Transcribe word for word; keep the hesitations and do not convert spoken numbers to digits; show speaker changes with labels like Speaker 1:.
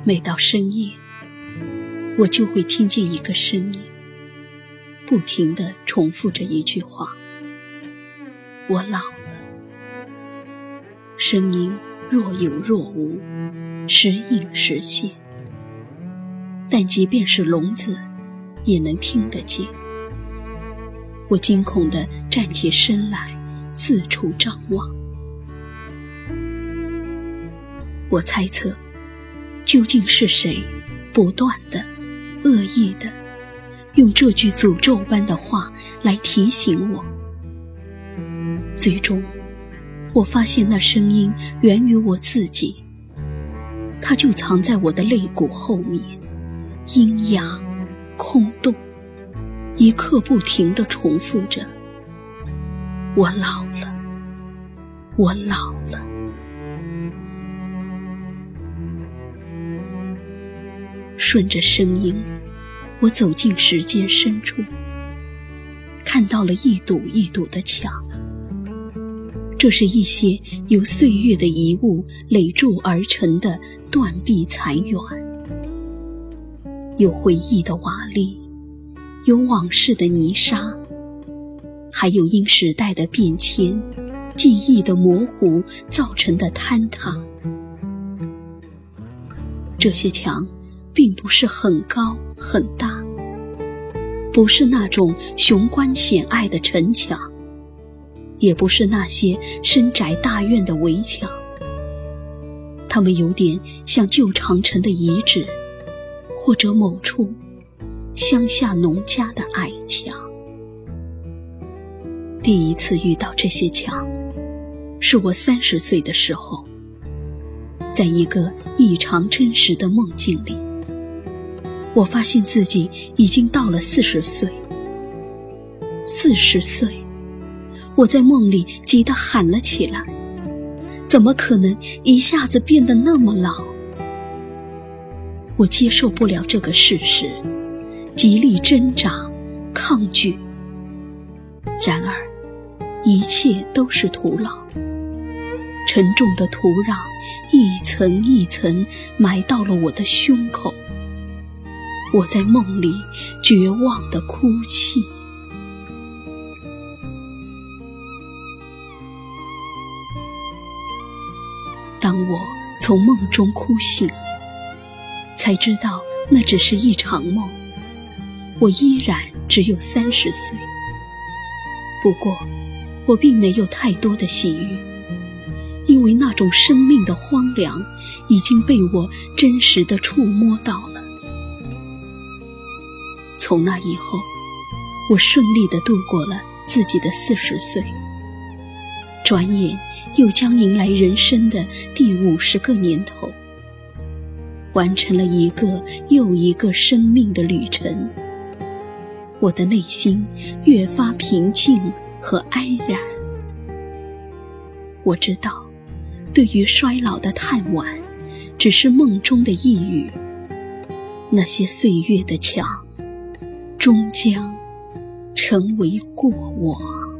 Speaker 1: 每到深夜，我就会听见一个声音，不停地重复着一句话：我老了。声音若有若无，时隐时现，但即便是聋子也能听得见。我惊恐地站起身来，四处张望。我猜测，究竟是谁不断的、恶意的用这句诅咒般的话来提醒我。最终我发现那声音源于我自己，它就藏在我的肋骨后面，阴哑空洞，一刻不停地重复着：我老了，我老了。顺着声音，我走进时间深处，看到了一堵一堵的墙。这是一些由岁月的遗物垒筑而成的断壁残垣，有回忆的瓦砾，有往事的泥沙，还有因时代的变迁、记忆的模糊造成的坍塌。这些墙并不是很高很大，不是那种雄关险隘的城墙，也不是那些深宅大院的围墙，它们有点像旧长城的遗址，或者某处乡下农家的矮墙。第一次遇到这些墙，是我三十岁的时候，在一个异常真实的梦境里，我发现自己已经到了四十岁。四十岁，我在梦里急得喊了起来：怎么可能一下子变得那么老？我接受不了这个事实，极力挣扎抗拒。然而一切都是徒劳，沉重的土壤一层一层埋到了我的胸口。我在梦里绝望地哭泣。当我从梦中哭醒，才知道那只是一场梦，我依然只有三十岁。不过我并没有太多的喜悦，因为那种生命的荒凉已经被我真实地触摸到了。从那以后，我顺利地度过了自己的四十岁，转眼又将迎来人生的第五十个年头，完成了一个又一个生命的旅程。我的内心越发平静和安然。我知道，对于衰老的叹惋，只是梦中的呓语，那些岁月的墙终将成为过往。